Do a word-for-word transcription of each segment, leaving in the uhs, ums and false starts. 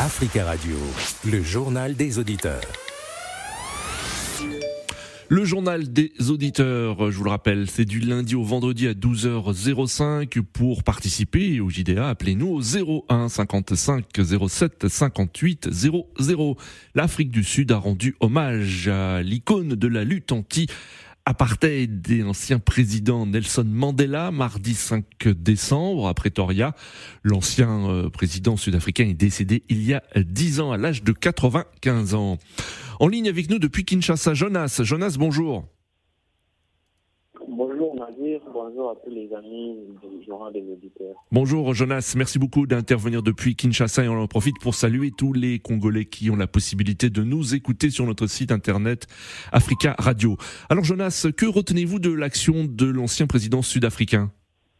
Africa Radio, le journal des auditeurs. Le journal des auditeurs, je vous le rappelle, c'est du lundi au vendredi à douze heures cinq. Pour participer au J D A, appelez-nous au zéro un cinquante-cinq zéro sept cinquante-huit zéro zéro. L'Afrique du Sud a rendu hommage à l'icône de la lutte anti apartheid et l'ancien président Nelson Mandela, mardi cinq décembre à Pretoria. L'ancien euh, président sud-africain est décédé il y a dix ans à l'âge de quatre-vingt-quinze ans. En ligne avec nous depuis Kinshasa, Jonas. Jonas, bonjour. Bonjour Nadir, bonjour à tous les amis du journal des auditeurs. Bonjour Jonas, merci beaucoup d'intervenir depuis Kinshasa et on en profite pour saluer tous les Congolais qui ont la possibilité de nous écouter sur notre site internet Africa Radio. Alors Jonas, que retenez-vous de l'action de l'ancien président sud-africain ?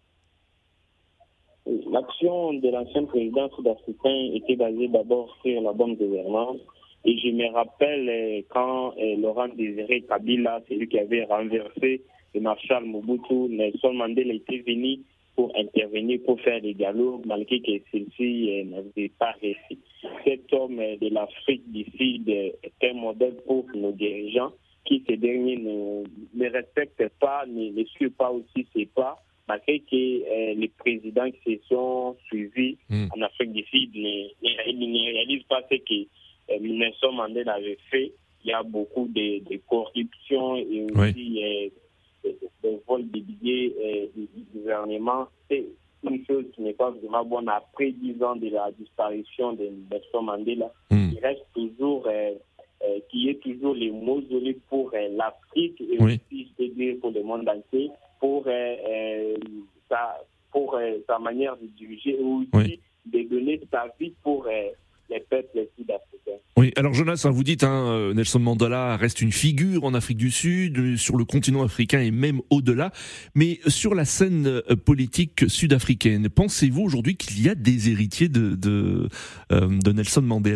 L'action de l'ancien président sud-africain était basée d'abord sur la bonne gouvernance. Et je me rappelle quand Laurent Désiré Kabila, celui qui avait renversé le marshal Mobutu, Nelson Mandela était venu pour intervenir, pour faire des dialogues, malgré que celle-ci n'avait pas réussi. Cet homme de l'Afrique du Sud est un modèle pour nos dirigeants, qui ces derniers ne, ne respectent pas, ne, ne suivent pas aussi ses pas, malgré que euh, les présidents qui se sont suivis mmh. en Afrique du Sud ne, ne, ne réalisent pas ce que euh, Nelson Mandela avait fait. Il y a beaucoup de, de corruption et aussi oui. euh, des vols de billets euh, du, du gouvernement. C'est une chose qui n'est pas vraiment bonne. Après dix ans de la disparition de Nelson Mandela, mmh. il reste toujours, euh, euh, qui est toujours le mausolée pour euh, l'Afrique et oui. aussi, je peux dire, pour le monde entier, pour, euh, euh, sa, pour euh, sa manière de diriger et aussi oui. de donner sa vie pour euh, les peuples sud-africains. Oui, alors Jonas, vous dites, hein, Nelson Mandela reste une figure en Afrique du Sud, sur le continent africain et même au-delà, mais sur la scène politique sud-africaine, pensez-vous aujourd'hui qu'il y a des héritiers de, de, euh, de Nelson Mandela ?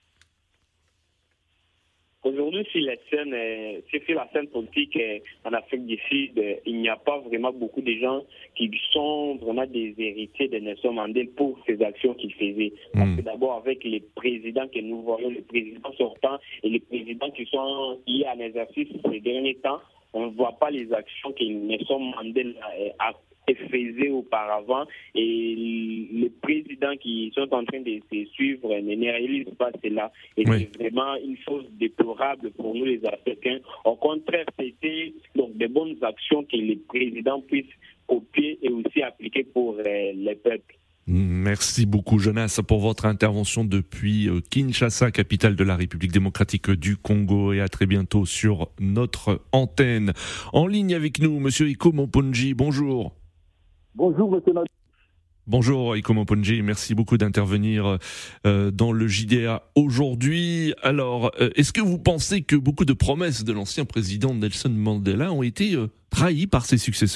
Aujourd'hui, sur la scène, euh, sur la scène politique euh, en Afrique du Sud, euh, il n'y a pas vraiment beaucoup de gens qui sont vraiment des héritiers de Nelson Mandela pour ces actions qu'il faisait. Mmh. Parce que d'abord, avec les présidents que nous voyons, les présidents sortants et les présidents qui sont liés à l'exercice ces derniers temps, on ne voit pas les actions que Nelson Mandela a faisait auparavant et les présidents qui sont en train de se suivre ne réalisent pas cela. Et oui. c'est vraiment une chose déplorable pour nous les Africains. Au contraire, c'était donc des bonnes actions que les présidents puissent copier et aussi appliquer pour euh, les peuples. Merci beaucoup Jonas pour votre intervention depuis Kinshasa, capitale de la République démocratique du Congo, et à très bientôt sur notre antenne. En ligne avec nous, monsieur Iko Momponji, bonjour. Bonjour monsieur Nadir. Bonjour Iko Momponji, merci beaucoup d'intervenir euh, dans le J D A aujourd'hui. Alors, euh, est-ce que vous pensez que beaucoup de promesses de l'ancien président Nelson Mandela ont été euh, trahies par ses successeurs ?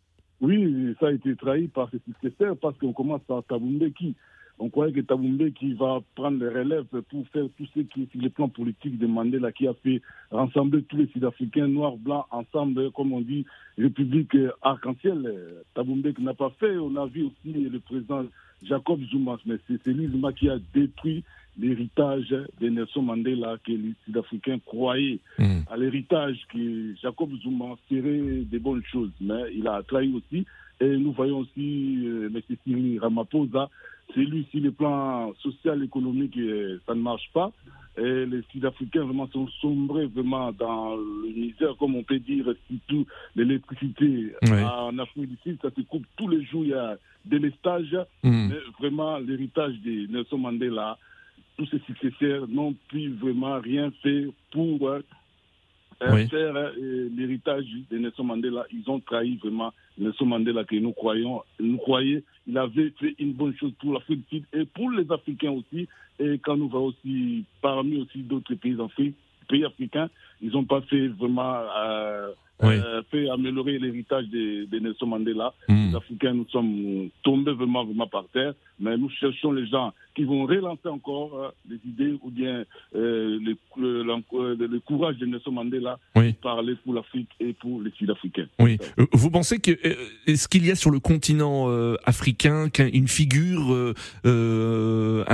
Oui, ça a été trahi par ses successeurs parce qu'on commence par Thabo Mbeki. On croyait que Thabo Mbeki va prendre les relèves pour faire tout ce qui est sur le plan politique de Mandela, qui a fait rassembler tous les Sud-Africains noirs, blancs, ensemble, comme on dit, République arc-en-ciel. Thabo Mbeki n'a pas fait. On a vu aussi le président Jacob Zuma, mais c'est lui Zuma qui a détruit l'héritage de Nelson Mandela, que les Sud-Africains croyaient mmh. à l'héritage que Jacob Zuma ferait des bonnes choses. Mais il a trahi aussi. Et nous voyons aussi euh, M. Cyril Ramaphosa, c'est lui, sur le plan social, économique, euh, ça ne marche pas. Et les Sud-Africains vraiment sont sombrés vraiment dans le misère, comme on peut dire, surtout l'électricité. Oui. En Afrique du Sud, ça se coupe tous les jours, il y a des lestages. Mmh. Mais vraiment, l'héritage de Nelson Mandela, tous ses successeurs n'ont plus vraiment rien fait pour euh, oui. faire euh, l'héritage de Nelson Mandela. Ils ont trahi vraiment Nelson Mandela que nous croyons, nous croyons, il avait fait une bonne chose pour l'Afrique du Sud et pour les Africains aussi. Et quand nous voyons aussi, parmi aussi d'autres pays d'Afrique, pays africains, ils n'ont pas fait vraiment euh, oui. euh, fait améliorer l'héritage de, de Nelson Mandela. Mm. Les Africains, nous sommes tombés vraiment, vraiment par terre, mais nous cherchons les gens qui vont relancer encore euh, les idées ou bien euh, le, le, le, le courage de Nelson Mandela oui. pour parler pour l'Afrique et pour les Sud-Africains. Oui. Euh, vous pensez que euh, est-ce qu'il y a sur le continent euh, africain une figure, euh, euh, un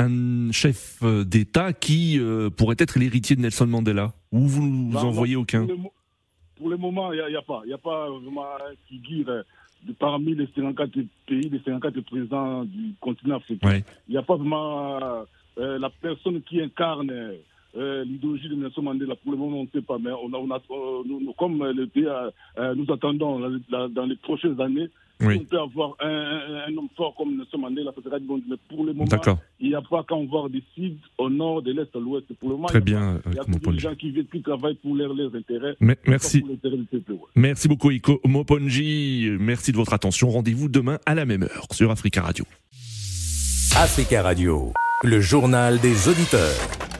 un chef d'État qui euh, pourrait être l'héritier de Nelson Mandela? Ou vous vous en voyez aucun? Pour le, pour le moment, il n'y a, a pas. Il n'y a pas vraiment un figure de, parmi les cinquante-quatre pays, les cinquante-quatre présidents du continent africain. Ouais. Il n'y a pas vraiment euh, la personne qui incarne euh, l'idéologie de Nelson Mandela. Pour le moment, on ne sait pas. Mais on a, on a, euh, nous, comme le pays, euh, nous attendons la, la, dans les prochaines années. Oui. On peut avoir un, un, un homme fort comme Nelson Mandela, ça sera bon. Mais pour le moment, D'accord. il n'y a pas qu'à en voir des sites au nord, de l'est, à l'ouest. Pour le moment, Très il y a, bien, pas, il y a tous des gens qui, qui travaillent pour leurs, leurs intérêts. Mais, merci. Pour l'intérêt du peuple, ouais. Merci beaucoup, Iko Moponji. Merci de votre attention. Rendez-vous demain à la même heure sur Africa Radio. Africa Radio, le journal des auditeurs.